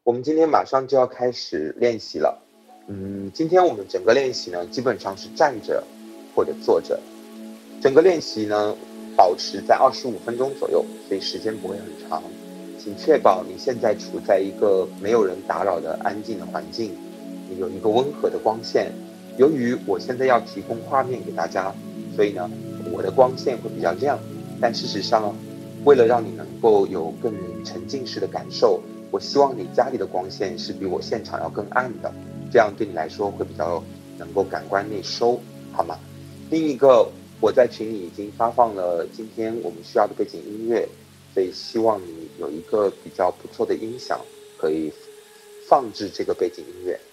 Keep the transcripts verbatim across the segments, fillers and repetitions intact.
我们今天马上就要开始练习了。嗯，今天我们整个练习呢，基本上是站着或者坐着。整个练习呢，保持在二十五分钟左右，所以时间不会很长。请确保你现在处在一个没有人打扰的安静的环境，你有一个温和的光线。由于我现在要提供画面给大家，所以呢，我的光线会比较亮。但事实上，为了让你能够有更沉浸式的感受，我希望你家里的光线是比我现场要更暗的，这样对你来说会比较能够感官内收，好吗？另一个，我在群里已经发放了今天我们需要的背景音乐，所以希望你有一个比较不错的音响可以放置这个背景音乐。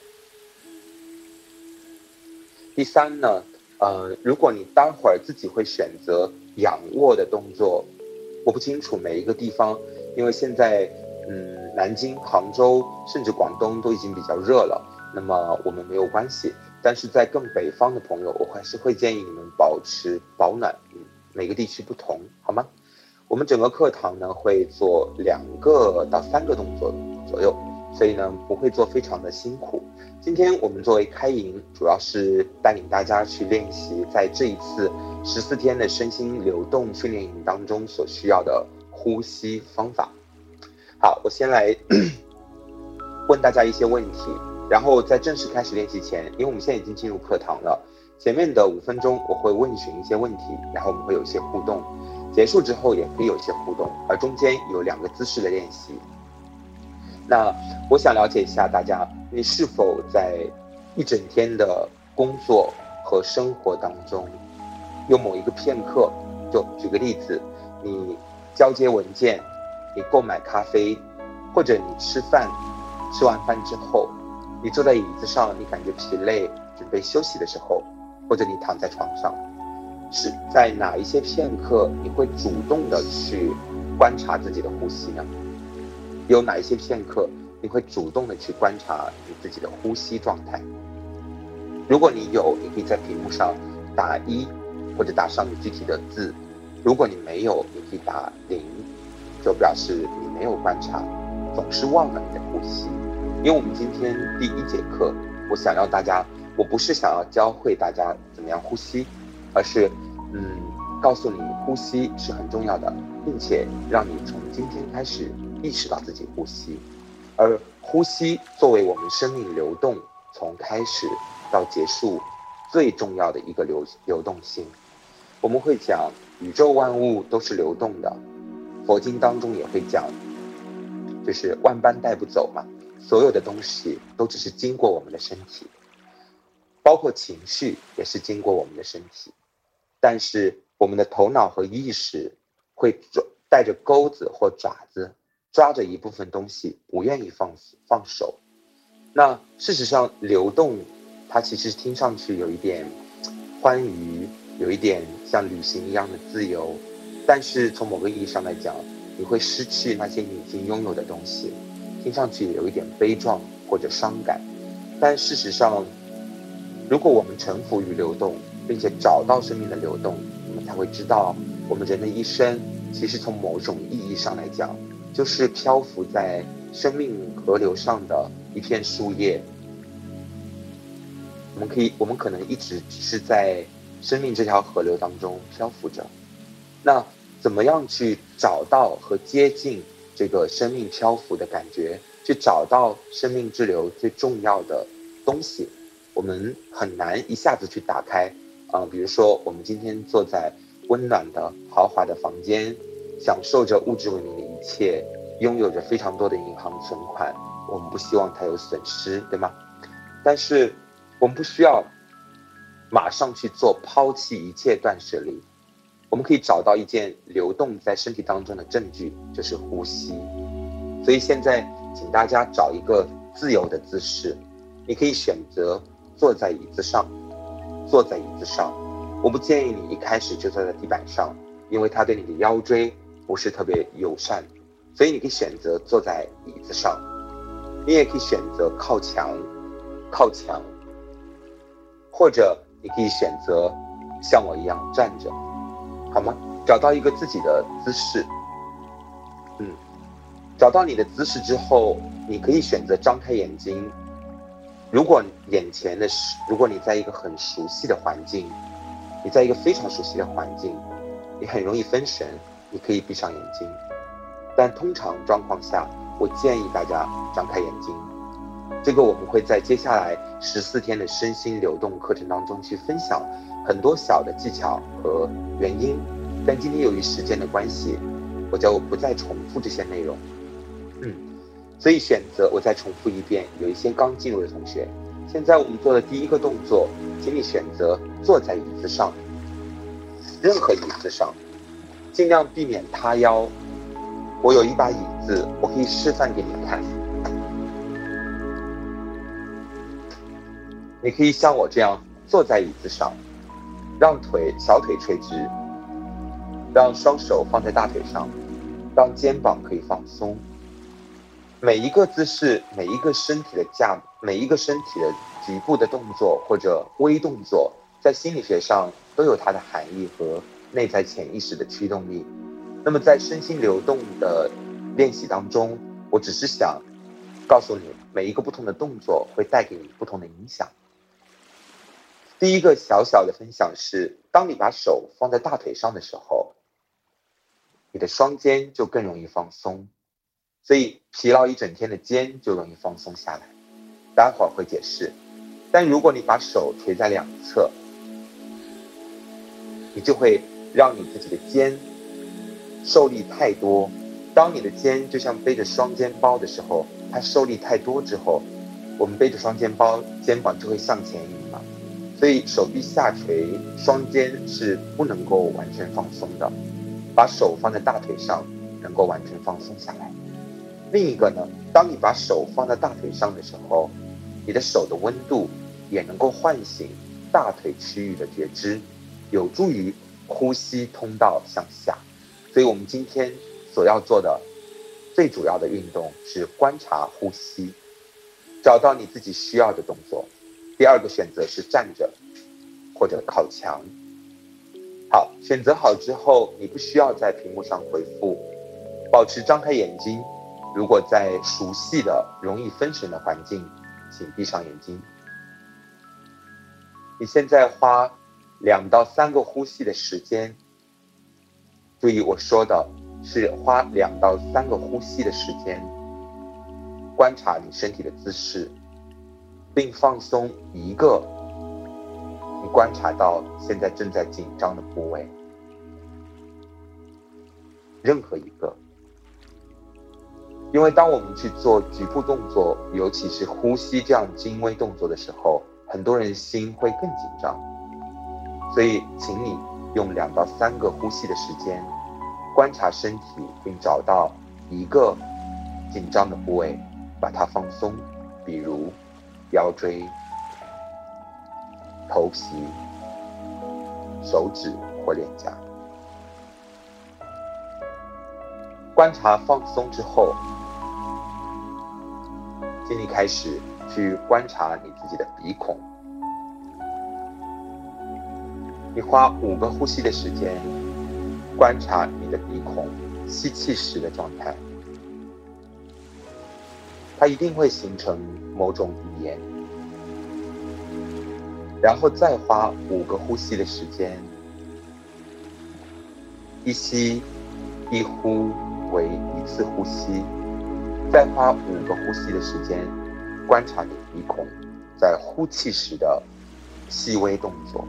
第三呢，呃，如果你待会儿自己会选择仰卧的动作，我不清楚每一个地方，因为现在嗯，南京、杭州甚至广东都已经比较热了，那么我们没有关系。但是在更北方的朋友，我还是会建议你们保持保暖，嗯，每个地区不同，好吗？我们整个课堂呢会做两个到三个动作左右，所以呢不会做非常的辛苦。今天我们作为开营，主要是带领大家去练习在这一次十四天的身心流动训练营当中所需要的呼吸方法。好，我先来问大家一些问题，然后在正式开始练习前，因为我们现在已经进入课堂了，前面的五分钟我会问询一些问题，然后我们会有一些互动，结束之后也可以有一些互动，而中间有两个姿势的练习。那我想了解一下大家，你是否在一整天的工作和生活当中，有某一个片刻，就举个例子，你交接文件，你购买咖啡，或者你吃饭，吃完饭之后，你坐在椅子上，你感觉疲累，准备休息的时候，或者你躺在床上，是在哪一些片刻你会主动的去观察自己的呼吸呢？有哪一些片刻你会主动的去观察你自己的呼吸状态？如果你有，你可以在屏幕上打一，或者打上你具体的字。如果你没有，你可以打零，就表示你没有观察，总是忘了你的呼吸。因为我们今天第一节课，我想要大家，我不是想要教会大家怎么样呼吸，而是嗯，告诉你呼吸是很重要的，并且让你从今天开始意识到自己呼吸。而呼吸作为我们生命流动从开始到结束最重要的一个流流动性。我们会讲宇宙万物都是流动的，佛经当中也会讲，就是万般带不走嘛，所有的东西都只是经过我们的身体，包括情绪也是经过我们的身体，但是我们的头脑和意识会带着钩子或爪子抓着一部分东西，不愿意放放手。那事实上流动它其实听上去有一点欢愉，有一点像旅行一样的自由，但是从某个意义上来讲，你会失去那些你已经拥有的东西，听上去有一点悲壮或者伤感。但事实上，如果我们臣服于流动，并且找到生命的流动，我们才会知道，我们人的一生其实从某种意义上来讲，就是漂浮在生命河流上的一片树叶。我们可以，我们可能一直只是在生命这条河流当中漂浮着。那怎么样去找到和接近这个生命漂浮的感觉，去找到生命之流最重要的东西？我们很难一下子去打开啊、呃，比如说我们今天坐在温暖的豪华的房间，享受着物质文明的一切，拥有着非常多的银行存款，我们不希望它有损失，对吗？但是我们不需要马上去做抛弃一切断舍离，我们可以找到一件流动在身体当中的证据，就是呼吸。所以现在请大家找一个自由的姿势，你可以选择坐在椅子上，坐在椅子上。我不建议你一开始就坐在地板上，因为它对你的腰椎不是特别友善，所以你可以选择坐在椅子上，你也可以选择靠墙，靠墙，或者你可以选择像我一样站着，好吗？找到一个自己的姿势，嗯， 找到你的姿势之后，你可以选择张开眼睛。如果眼前的是，如果你在一个很熟悉的环境，你在一个非常熟悉的环境，你很容易分神，你可以闭上眼睛。但通常状况下，我建议大家张开眼睛。这个我们会在接下来十四天的身心流动课程当中去分享很多小的技巧和原因。但今天由于时间的关系，我就不再重复这些内容。嗯，所以选择我再重复一遍，有一些刚进入的同学，现在我们做的第一个动作，请你选择坐在椅子上，任何椅子上，尽量避免塌腰。我有一把椅子，我可以示范给你看。你可以像我这样坐在椅子上，让腿小腿垂直，让双手放在大腿上，让肩膀可以放松。每一个姿势，每一个身体的架，每一个身体的局部的动作或者微动作，在心理学上都有它的含义和内在潜意识的驱动力。那么在身心流动的练习当中，我只是想告诉你，每一个不同的动作会带给你不同的影响。第一个小小的分享是，当你把手放在大腿上的时候，你的双肩就更容易放松，所以疲劳一整天的肩就容易放松下来。待会儿会解释。但如果你把手垂在两侧，你就会让你自己的肩受力太多。当你的肩就像背着双肩包的时候，它受力太多之后，我们背着双肩包，肩膀就会向前移嘛。所以手臂下垂，双肩是不能够完全放松的。把手放在大腿上，能够完全放松下来。另一个呢，当你把手放在大腿上的时候，你的手的温度也能够唤醒大腿区域的觉知，有助于呼吸通道向下。所以我们今天所要做的最主要的运动是观察呼吸，找到你自己需要的动作。第二个选择是站着或者靠墙。好，选择好之后，你不需要在屏幕上回复，保持张开眼睛。如果在熟悉的容易分神的环境，请闭上眼睛。你现在花两到三个呼吸的时间，注意我说的是花两到三个呼吸的时间，观察你身体的姿势，并放松一个你观察到现在正在紧张的部位，任何一个。因为当我们去做局部动作，尤其是呼吸这样精微动作的时候，很多人心会更紧张。所以请你用两到三个呼吸的时间，观察身体，并找到一个紧张的部位，把它放松，比如腰椎、头皮、手指或脸颊。观察放松之后，请你开始去观察你自己的鼻孔。你花五个呼吸的时间，观察你的鼻孔吸气时的状态，它一定会形成某种语言。然后再花五个呼吸的时间，一吸一呼为一次呼吸，再花五个呼吸的时间，观察你鼻孔在呼气时的细微动作。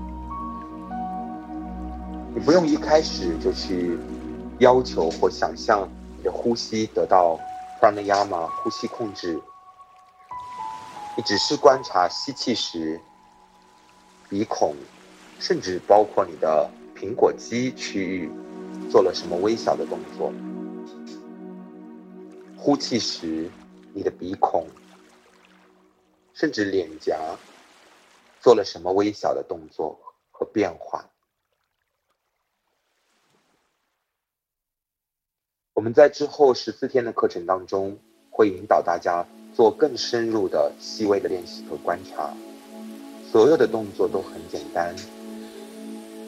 你不用一开始就去要求或想象你的呼吸得到 pranayama 呼吸控制，你只是观察吸气时鼻孔，甚至包括你的苹果肌区域做了什么微小的动作。呼气时你的鼻孔，甚至脸颊做了什么微小的动作和变化。我们在之后十四天的课程当中，会引导大家做更深入的细微的练习和观察。所有的动作都很简单。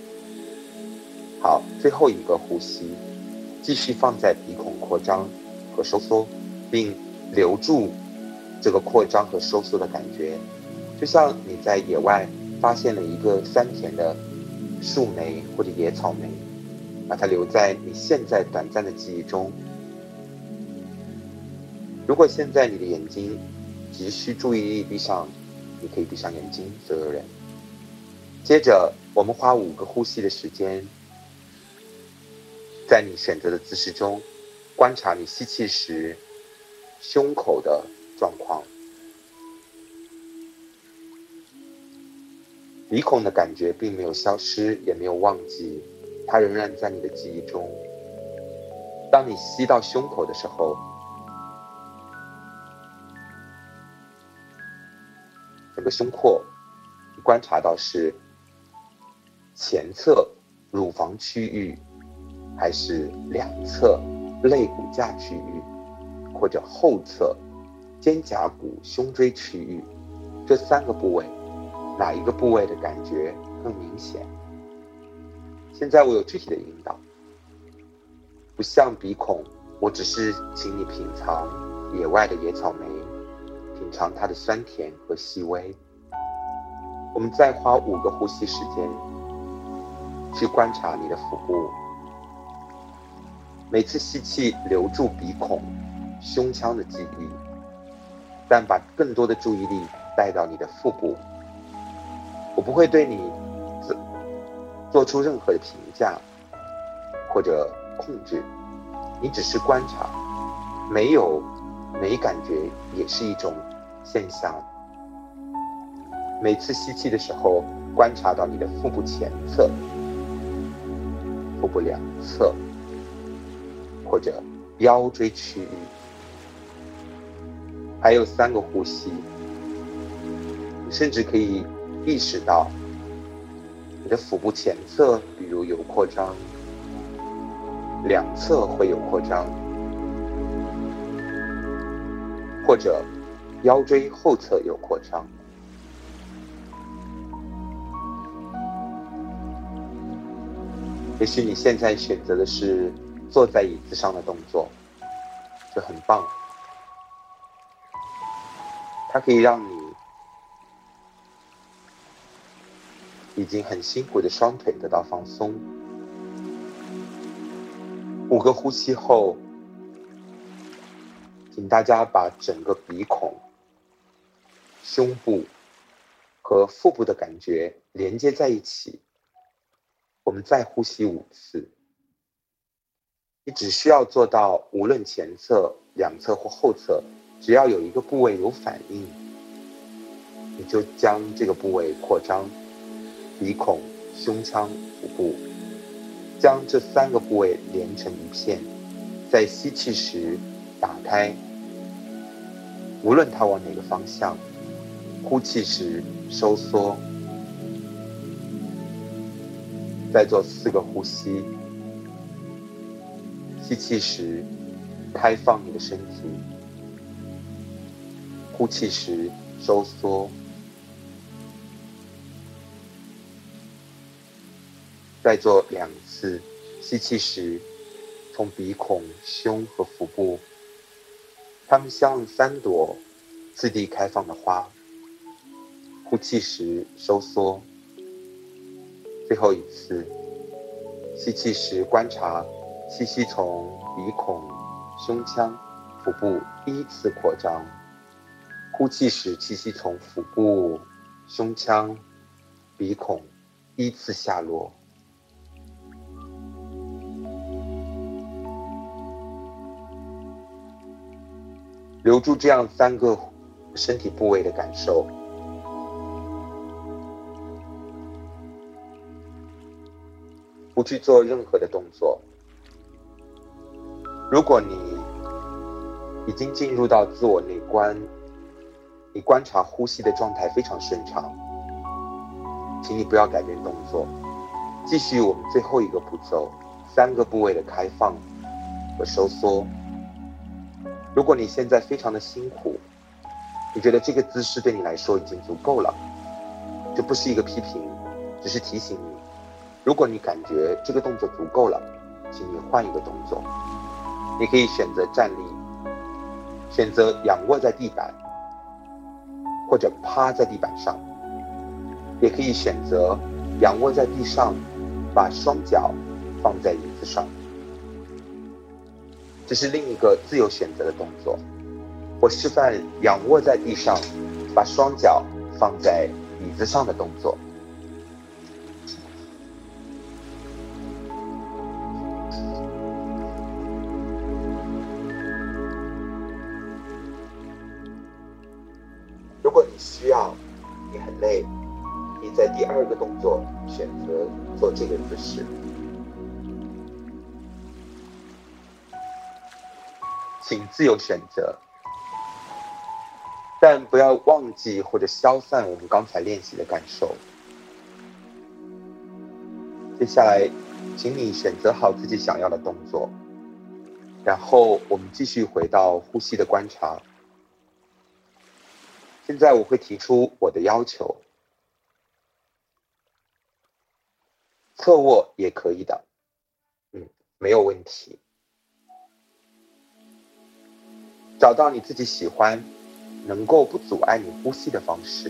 好，最后一个呼吸，继续放在鼻孔扩张， 和收缩，并留住这个扩张和收缩的感觉，就像你在野外发现了一个酸甜的树莓或者野草莓，把它留在你现在短暂的记忆中。如果现在你的眼睛急需注意力闭上，你可以闭上眼睛，所有人。接着我们花五个呼吸的时间，在你选择的姿势中观察你吸气时胸口的状况。鼻孔的感觉并没有消失，也没有忘记，它仍然在你的记忆中。当你吸到胸口的时候，整个胸廓你观察到是前侧乳房区域，还是两侧肋骨架区域，或者后侧肩胛骨胸椎区域，这三个部位哪一个部位的感觉更明显？现在我有具体的引导，不像鼻孔，我只是请你品尝野外的野草莓，品尝它的酸甜和细微。我们再花五个呼吸时间去观察你的腹部，每次吸气留住鼻孔胸腔的记忆，但把更多的注意力带到你的腹部。我不会对你做出任何的评价或者控制，你只是观察，没有没感觉也是一种现象。每次吸气的时候，观察到你的腹部前侧、腹部两侧或者腰椎区域。还有三个呼吸，你甚至可以意识到你的腹部前侧比如有扩张，两侧会有扩张，或者腰椎后侧有扩张。也许你现在选择的是坐在椅子上的动作，这很棒，它可以让你已经很辛苦的双腿得到放松。五个呼吸后，请大家把整个鼻孔、胸部和腹部的感觉连接在一起。我们再呼吸五次。你只需要做到，无论前侧、两侧或后侧，只要有一个部位有反应，你就将这个部位扩张，鼻孔、胸腔、腹部，将这三个部位连成一片，在吸气时打开，无论它往哪个方向，呼气时收缩。再做四个呼吸，吸气时开放你的身体，呼气时收缩。再做两次，吸气时从鼻孔、胸和腹部，它们像三朵次第开放的花，呼气时收缩。最后一次，吸气时观察气息从鼻孔、胸腔、腹部依次扩张，呼气时气息从腹部、胸腔、鼻孔依次下落。留住这样三个身体部位的感受。不去做任何的动作。如果你已经进入到自我内观，你观察呼吸的状态非常顺畅，请你不要改变动作，继续我们最后一个步骤，三个部位的开放和收缩。如果你现在非常的辛苦，你觉得这个姿势对你来说已经足够了，这不是一个批评，只是提醒你，如果你感觉这个动作足够了，请你换一个动作。你可以选择站立选择仰卧在地板，或者趴在地板上，也可以选择仰卧在地上，把双脚放在椅子上。这是另一个自由选择的动作。我示范仰卧在地上，把双脚放在椅子上的动作。如果你需要，你很累，你在第二个动作选择做这个姿势。请自由选择，但不要忘记或者消散我们刚才练习的感受。接下来，请你选择好自己想要的动作，然后我们继续回到呼吸的观察。现在我会提出我的要求，侧卧也可以的，嗯，没有问题。找到你自己喜欢、能够不阻碍你呼吸的方式。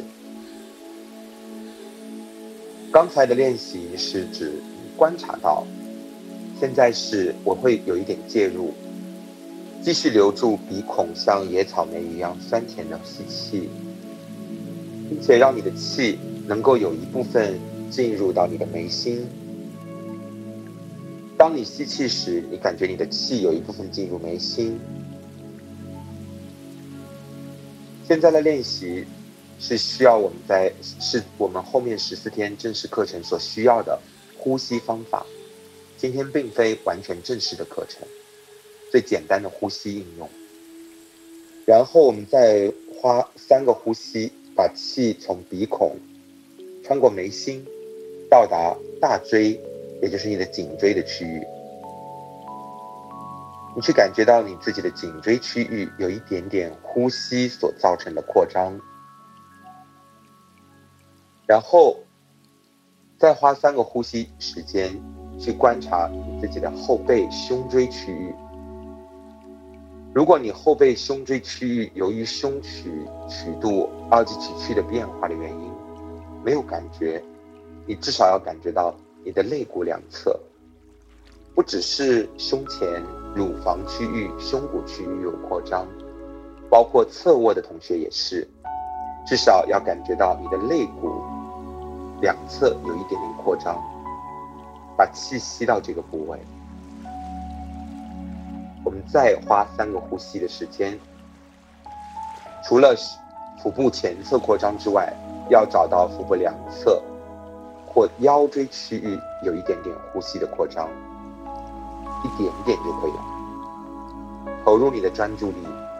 刚才的练习是指观察到，现在是我会有一点介入，继续留住鼻孔像野草莓一样酸甜的吸气，并且让你的气能够有一部分进入到你的眉心。当你吸气时，你感觉你的气有一部分进入眉心。现在的练习是需要我们在是我们后面十四天正式课程所需要的呼吸方法。今天并非完全正式的课程，最简单的呼吸应用。然后我们再花三个呼吸，把气从鼻孔穿过眉心，到达大椎，也就是你的颈椎的区域。你去感觉到你自己的颈椎区域有一点点呼吸所造成的扩张，然后再花三个呼吸时间去观察你自己的后背胸椎区域。如果你后背胸椎区域由于胸曲曲度二级曲区的变化的原因没有感觉，你至少要感觉到你的肋骨两侧，不只是胸前乳房区域、胸骨区域有扩张，包括侧卧的同学也是，至少要感觉到你的肋骨两侧有一点点扩张，把气吸到这个部位。我们再花三个呼吸的时间，除了腹部前侧扩张之外，要找到腹部两侧或腰椎区域有一点点呼吸的扩张，一点点就可以了。投入你的专注力，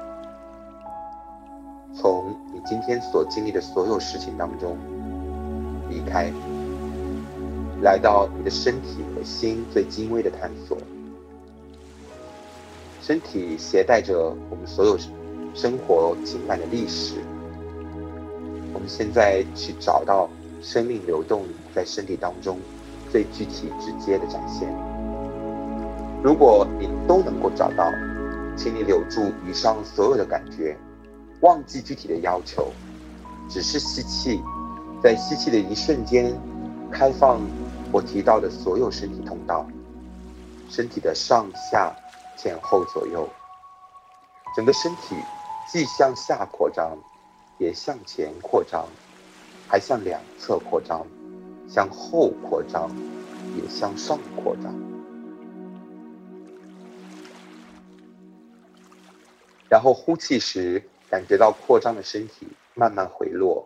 从你今天所经历的所有事情当中离开，来到你的身体和心最精微的探索。身体携带着我们所有生活情感的历史，我们现在去找到生命流动在身体当中最具体直接的展现。如果你都能够找到，请你留住以上所有的感觉，忘记具体的要求，只是吸气，在吸气的一瞬间开放我提到的所有身体通道，身体的上下前后左右，整个身体既向下扩张，也向前扩张，还向两侧扩张，向后扩张，也向上扩张。然后呼气时，感觉到扩张的身体慢慢回落。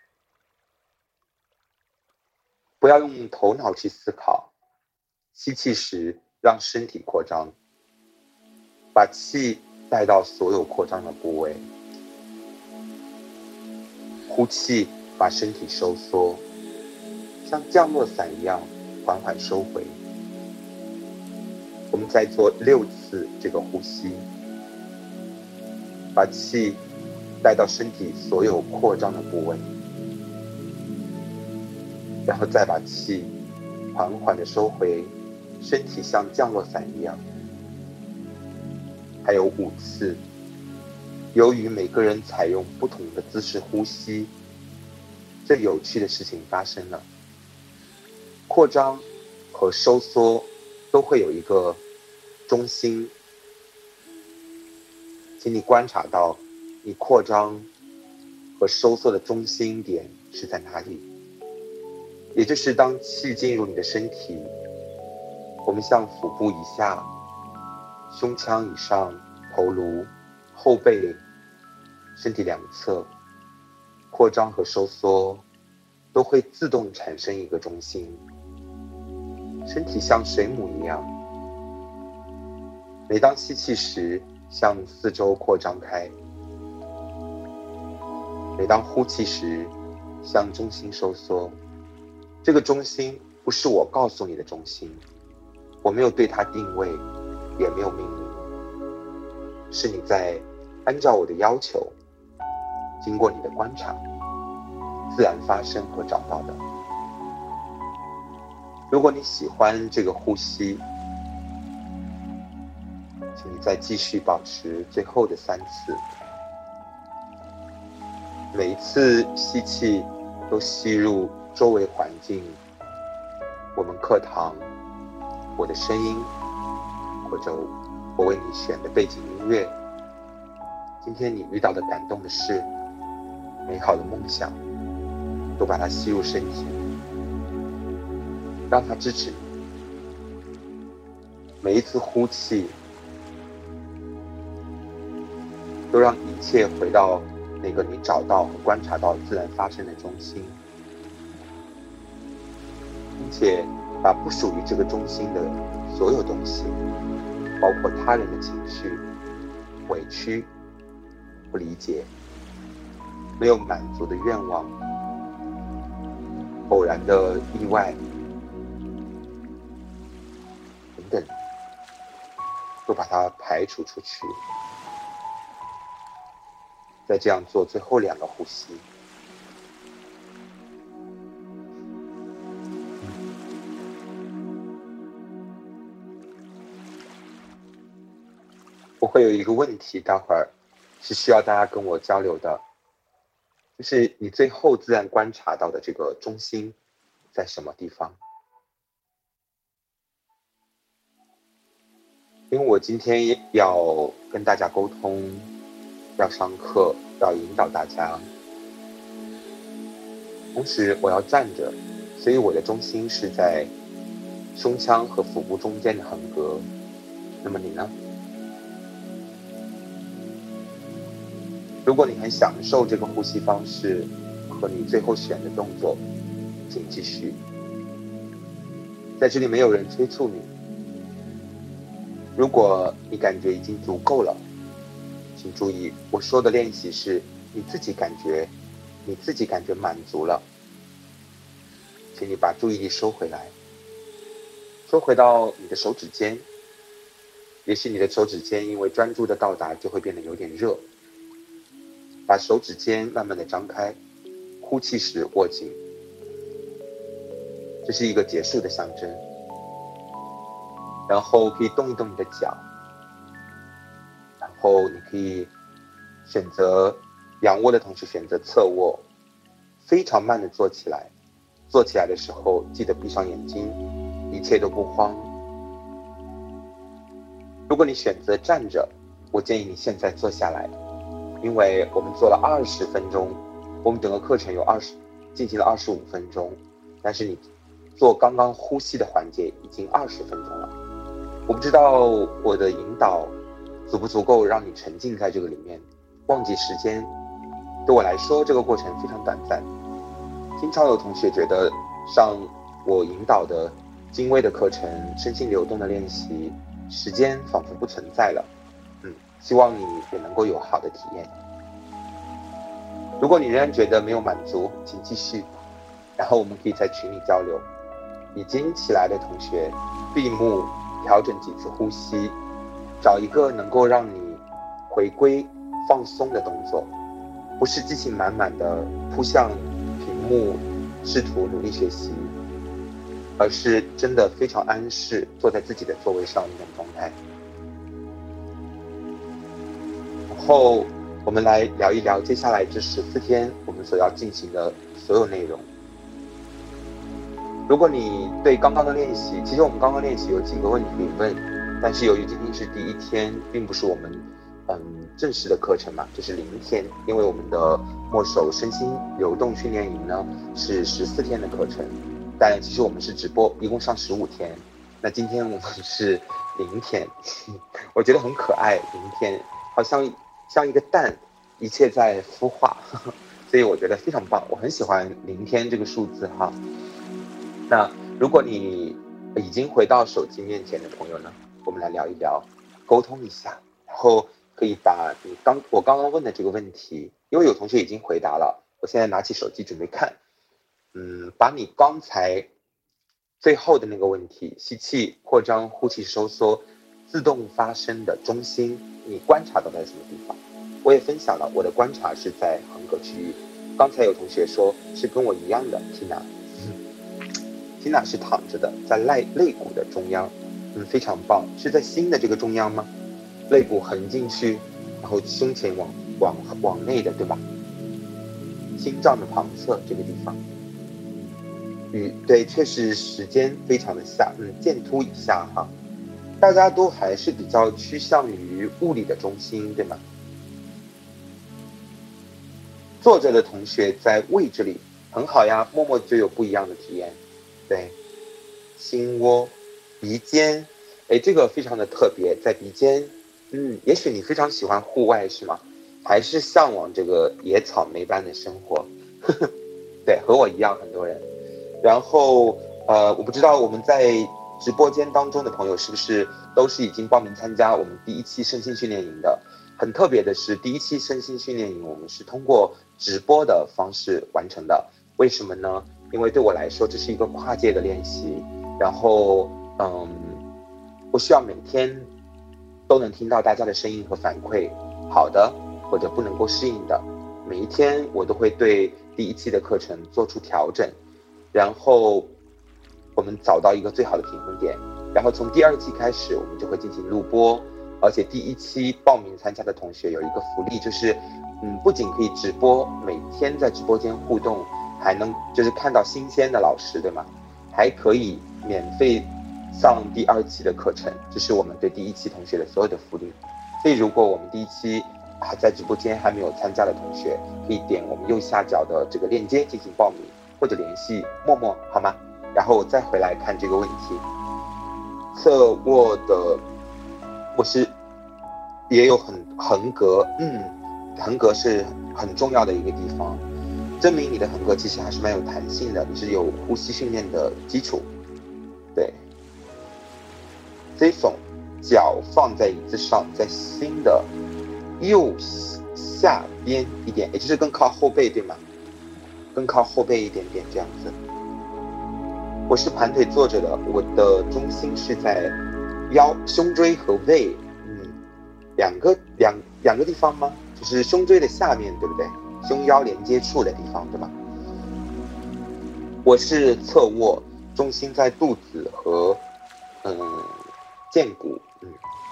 不要用头脑去思考，吸气时让身体扩张，把气带到所有扩张的部位。呼气，把身体收缩，像降落伞一样缓缓收回。我们再做六次这个呼吸，把气带到身体所有扩张的部位，然后再把气缓缓地收回，身体像降落伞一样。还有五次， 由于每个人采用不同的姿势呼吸，最有趣的事情发生了。扩张和收缩都会有一个中心，请你观察到你扩张和收缩的中心点是在哪里，也就是当气进入你的身体，我们向腹部以下、胸腔以上、头颅、后背、身体两侧扩张和收缩都会自动产生一个中心。身体像水母一样，每当吸气时向四周扩张开，每当呼气时向中心收缩。这个中心不是我告诉你的中心，我没有对它定位，也没有命名，是你在按照我的要求，经过你的观察，自然发生和找到的。如果你喜欢这个呼吸，请你再继续保持最后的三次，每一次吸气都吸入周围环境，我们课堂，我的声音，或者我为你选的背景音乐，今天你遇到的感动的事，美好的梦想，都把它吸入身体，让它支持你。每一次呼气，都让一切回到那个你找到和观察到自然发生的中心，并且把不属于这个中心的所有东西，包括他人的情绪、委屈、不理解、没有满足的愿望、偶然的意外等等，都把它排除出去。再这样做最后两个呼吸。我会有一个问题，待会儿是需要大家跟我交流的，就是你最后自然观察到的这个中心在什么地方？因为我今天要跟大家沟通，要上课，要引导大家，同时我要站着，所以我的中心是在胸腔和腹部中间的横膈。那么你呢？如果你很享受这个呼吸方式和你最后选的动作，请继续。在这里没有人催促你。如果你感觉已经足够了，请注意，我说的练习是你自己感觉，你自己感觉满足了，请你把注意力收回来，收回到你的手指尖。也许你的手指尖因为专注的到达就会变得有点热，把手指尖慢慢的张开，呼气时握紧，这是一个结束的象征。然后可以动一动你的脚，然后你可以选择仰卧的同时选择侧卧，非常慢的坐起来。坐起来的时候记得闭上眼睛，一切都不慌。如果你选择站着，我建议你现在坐下来，因为我们做了二十分钟，我们整个课程有二十进行了二十五分钟，但是你做刚刚呼吸的环节已经二十分钟了。我不知道我的引导足不足够让你沉浸在这个里面，忘记时间。对我来说，这个过程非常短暂。经常有同学觉得上我引导的精微的课程、身心流动的练习，时间仿佛不存在了。嗯，希望你也能够有好的体验。如果你仍然觉得没有满足，请继续，然后我们可以在群里交流。已经起来的同学，闭目调整几次呼吸，找一个能够让你回归放松的动作，不是激情满满的扑向屏幕试图努力学习，而是真的非常安适坐在自己的座位上的那种状态。然后我们来聊一聊接下来这十四天我们所要进行的所有内容。如果你对刚刚的练习，其实我们刚刚练习有几个问题问，但是由于今天是第一天，并不是我们嗯正式的课程嘛，这是零天，因为我们的墨守身心流动训练营呢是十四天的课程，但其实我们是直播，一共上十五天。那今天我们是零天，我觉得很可爱，零天好像像一个蛋，一切在孵化，所以我觉得非常棒，我很喜欢零天这个数字哈。那如果你已经回到手机面前的朋友呢，我们来聊一聊，沟通一下，然后可以把你刚我刚刚问的这个问题，因为有同学已经回答了，我现在拿起手机准备看，嗯，把你刚才最后的那个问题，吸气扩张，呼气收缩，自动发生的中心，你观察到在什么地方？我也分享了我的观察是在横膈区域。刚才有同学说是跟我一样的 Tina。Tina 是躺着的，在肋肋骨的中央，嗯，非常棒，是在心的这个中央吗？肋骨横进去，然后胸前往往往内的，对吧？心脏的旁侧这个地方，与对，确实时间非常的下，嗯，剑突以下哈，大家都还是比较趋向于物理的中心，对吗？坐着的同学在位置里很好呀，默默就有不一样的体验。对，心窝、鼻尖，哎，这个非常的特别，在鼻尖，嗯，也许你非常喜欢户外是吗？还是向往这个野草莓般的生活？呵呵，对，和我一样，很多人。然后，呃，我不知道我们在直播间当中的朋友是不是都是已经报名参加我们第一期身心训练营的？很特别的是，第一期身心训练营我们是通过直播的方式完成的，为什么呢？因为对我来说，这是一个跨界的练习，然后，嗯，我需要每天都能听到大家的声音和反馈，好的或者不能够适应的，每一天我都会对第一期的课程做出调整，然后我们找到一个最好的平衡点，然后从第二期开始，我们就会进行录播，而且第一期报名参加的同学有一个福利，就是，嗯，不仅可以直播，每天在直播间互动。还能就是看到新鲜的老师，对吗？还可以免费上第二期的课程，这是我们对第一期同学的所有的福利。所以如果我们第一期还在直播间还没有参加的同学，可以点我们右下角的这个链接进行报名，或者联系默默，好吗？然后再回来看这个问题。侧卧的，我是也有很横膈，嗯，横膈是很重要的一个地方。证明你的横膈其实还是蛮有弹性的，你是有呼吸训练的基础。对，这种脚放在椅子上，在心的右下边一点，也就是更靠后背，对吗？更靠后背一点点这样子。我是盘腿坐着的，我的中心是在腰、胸椎和胃，嗯，两个两两个地方吗？就是胸椎的下面，对不对？胸腰连接处的地方，对吧？我是侧卧，重心在肚子和嗯剑骨，嗯。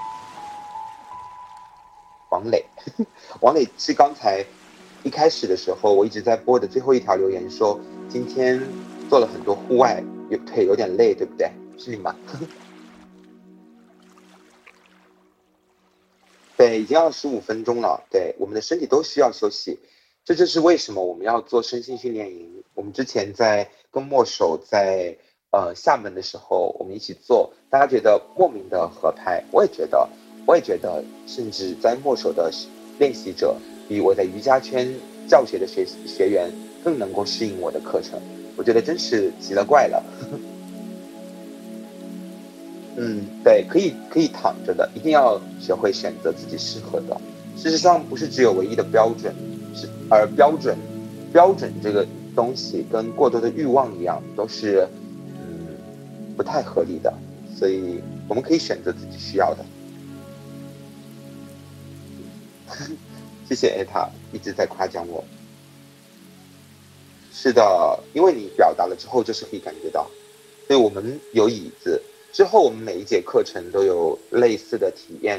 王磊，王磊是刚才一开始的时候，我一直在播的最后一条留言说，今天做了很多户外，有腿有点累，对不对？是你吗？对，已经二十五分钟了。对，我们的身体都需要休息。这就是为什么我们要做身心训练营。我们之前在跟墨守在呃厦门的时候，我们一起做，大家觉得莫名的合拍，我也觉得，我也觉得，甚至在墨守的练习者比我在瑜伽圈教学的学学员更能够适应我的课程，我觉得真是奇了怪了。嗯，对，可以可以躺着的，一定要学会选择自己适合的。事实上，不是只有唯一的标准。是，而标准，标准这个东西跟过多的欲望一样，都是嗯不太合理的，所以我们可以选择自己需要的。谢谢艾塔一直在夸奖我。是的，因为你表达了之后，就是可以感觉到。所以我们有椅子，之后我们每一节课程都有类似的体验，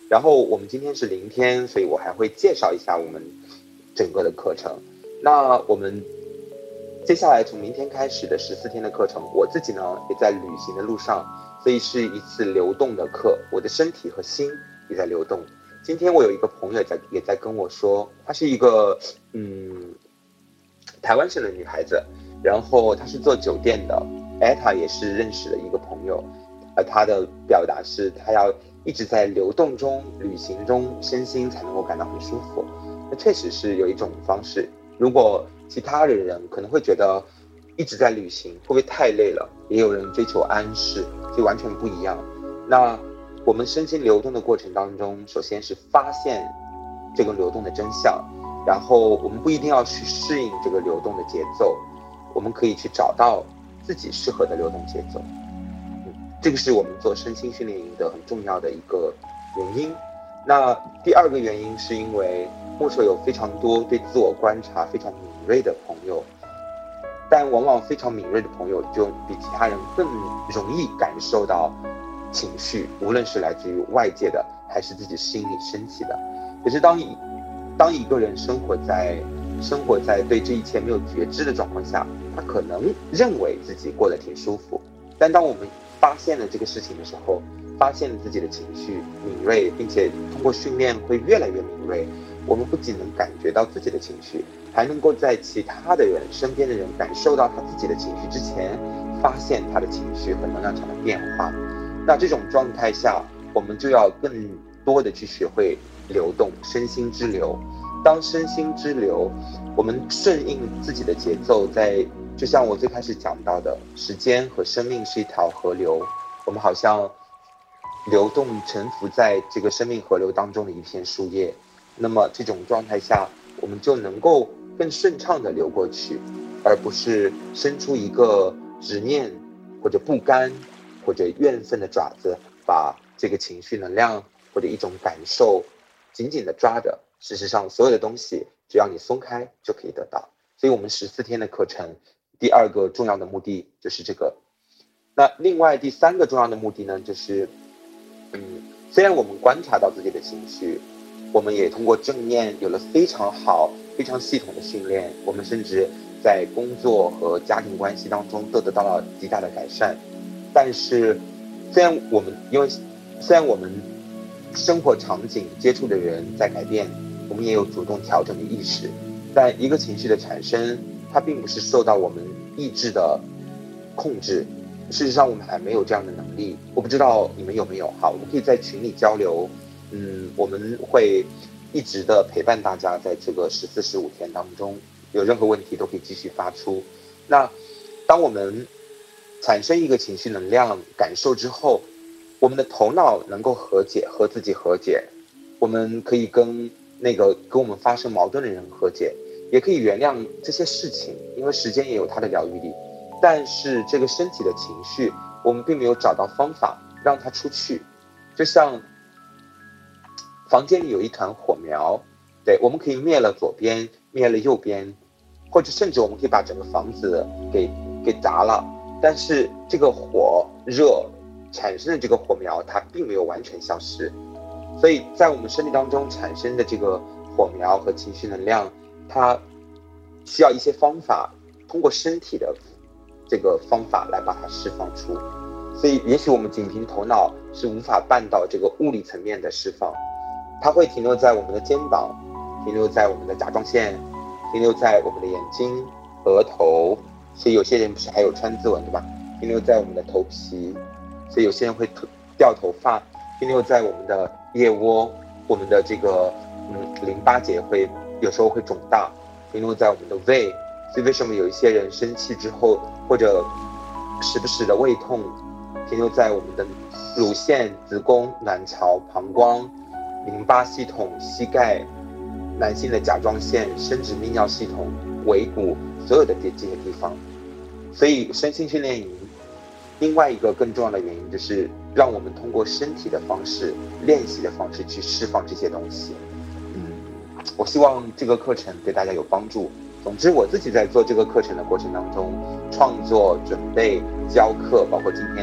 然后我们今天是零天，所以我还会介绍一下我们整个的课程。那我们接下来从明天开始的十四天的课程，我自己呢也在旅行的路上，所以是一次流动的课，我的身体和心也在流动。今天我有一个朋友在也在跟我说，她是一个嗯台湾省的女孩子，然后她是做酒店的，艾塔也是认识的一个朋友，而她的表达是她要一直在流动中、旅行中，身心才能够感到很舒服。那确实是有一种方式。如果其他的人可能会觉得一直在旅行会不会太累了，也有人追求安适，所以完全不一样。那我们身心流动的过程当中，首先是发现这个流动的真相，然后我们不一定要去适应这个流动的节奏，我们可以去找到自己适合的流动节奏。嗯，这个是我们做身心训练营的很重要的一个原因。那第二个原因是因为墨守有非常多对自我观察非常敏锐的朋友，但往往非常敏锐的朋友就比其他人更容易感受到情绪，无论是来自于外界的还是自己心里升起的。可是当一当一个人生活在生活在对这一切没有觉知的状况下，他可能认为自己过得挺舒服，但当我们发现了这个事情的时候，发现了自己的情绪敏锐，并且通过训练会越来越敏锐，我们不仅能感觉到自己的情绪，还能够在其他的人身边的人感受到他自己的情绪之前，发现他的情绪和能量场的变化。那这种状态下，我们就要更多的去学会流动，身心之流。当身心之流，我们顺应自己的节奏，在就像我最开始讲到的，时间和生命是一条河流，我们好像流动沉浮在这个生命河流当中的一片树叶，那么这种状态下，我们就能够更顺畅地流过去，而不是伸出一个执念或者不甘或者怨愤的爪子，把这个情绪能量或者一种感受紧紧地抓着。事实上，所有的东西只要你松开就可以得到。所以我们十四天的课程，第二个重要的目的就是这个。那另外第三个重要的目的呢，就是嗯，虽然我们观察到自己的情绪，我们也通过正念有了非常好、非常系统的训练，我们甚至在工作和家庭关系当中都得到了极大的改善。但是，虽然我们因为虽然我们生活场景接触的人在改变，我们也有主动调整的意识，但一个情绪的产生，它并不是受到我们意志的控制。事实上我们还没有这样的能力，我不知道你们有没有。好，我们可以在群里交流，嗯，我们会一直的陪伴大家在这个十四十五天当中，有任何问题都可以继续发出。那当我们产生一个情绪能量感受之后，我们的头脑能够和解，和自己和解，我们可以跟那个跟我们发生矛盾的人和解，也可以原谅这些事情，因为时间也有它的疗愈力。但是这个身体的情绪，我们并没有找到方法让它出去。就像房间里有一团火苗，对，我们可以灭了左边，灭了右边，或者甚至我们可以把整个房子给给砸了，但是这个火热产生的这个火苗，它并没有完全消失。所以在我们身体当中产生的这个火苗和情绪能量，它需要一些方法，通过身体的这个方法来把它释放出。所以也许我们仅凭头脑是无法办到这个物理层面的释放，它会停留在我们的肩膀，停留在我们的甲状腺，停留在我们的眼睛、额头，所以有些人不是还有川字纹对吧？停留在我们的头皮，所以有些人会掉头发，停留在我们的腋窝，我们的这个嗯淋巴结会有时候会肿大，停留在我们的胃。所以为什么有一些人生气之后，或者时不时的胃痛，停留在我们的乳腺、子宫、卵巢、膀胱、淋巴系统、膝盖、男性的甲状腺、生殖泌尿系统、尾骨，所有的这些地方。所以身心训练营另外一个更重要的原因，就是让我们通过身体的方式、练习的方式去释放这些东西。嗯，我希望这个课程对大家有帮助。总之，我自己在做这个课程的过程当中，创作、准备、教课，包括今天已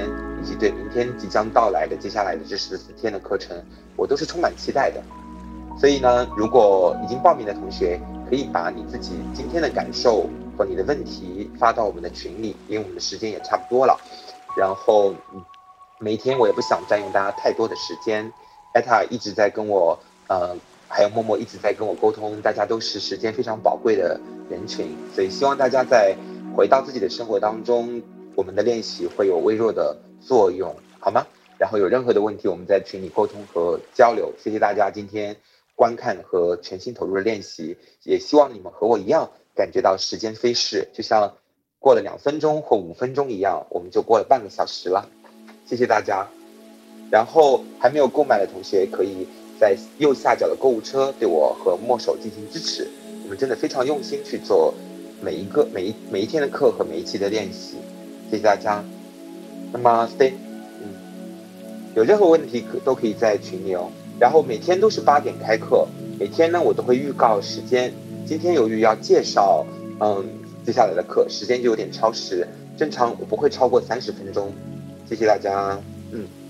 以及对明天即将到来的接下来的这十四天的课程，我都是充满期待的。所以呢，如果已经报名的同学，可以把你自己今天的感受和你的问题发到我们的群里，因为我们的时间也差不多了。然后每一天我也不想占用大家太多的时间，艾塔一直在跟我呃还有默默一直在跟我沟通，大家都是时间非常宝贵的人群，所以希望大家在回到自己的生活当中，我们的练习会有微弱的作用，好吗？然后有任何的问题，我们在群里沟通和交流。谢谢大家今天观看和全心投入的练习，也希望你们和我一样感觉到时间飞逝，就像过了两分钟或五分钟一样，我们就过了半个小时了。谢谢大家。然后还没有购买的同学，可以在右下角的购物车对我和墨手进行支持。我们真的非常用心去做每一个每一每一天的课和每一期的练习。谢谢大家。那么 stay， 嗯，有任何问题可都可以在群里哦。然后每天都是八点开课，每天呢我都会预告时间。今天由于要介绍嗯接下来的课，时间就有点超时，正常我不会超过三十分钟。谢谢大家，嗯。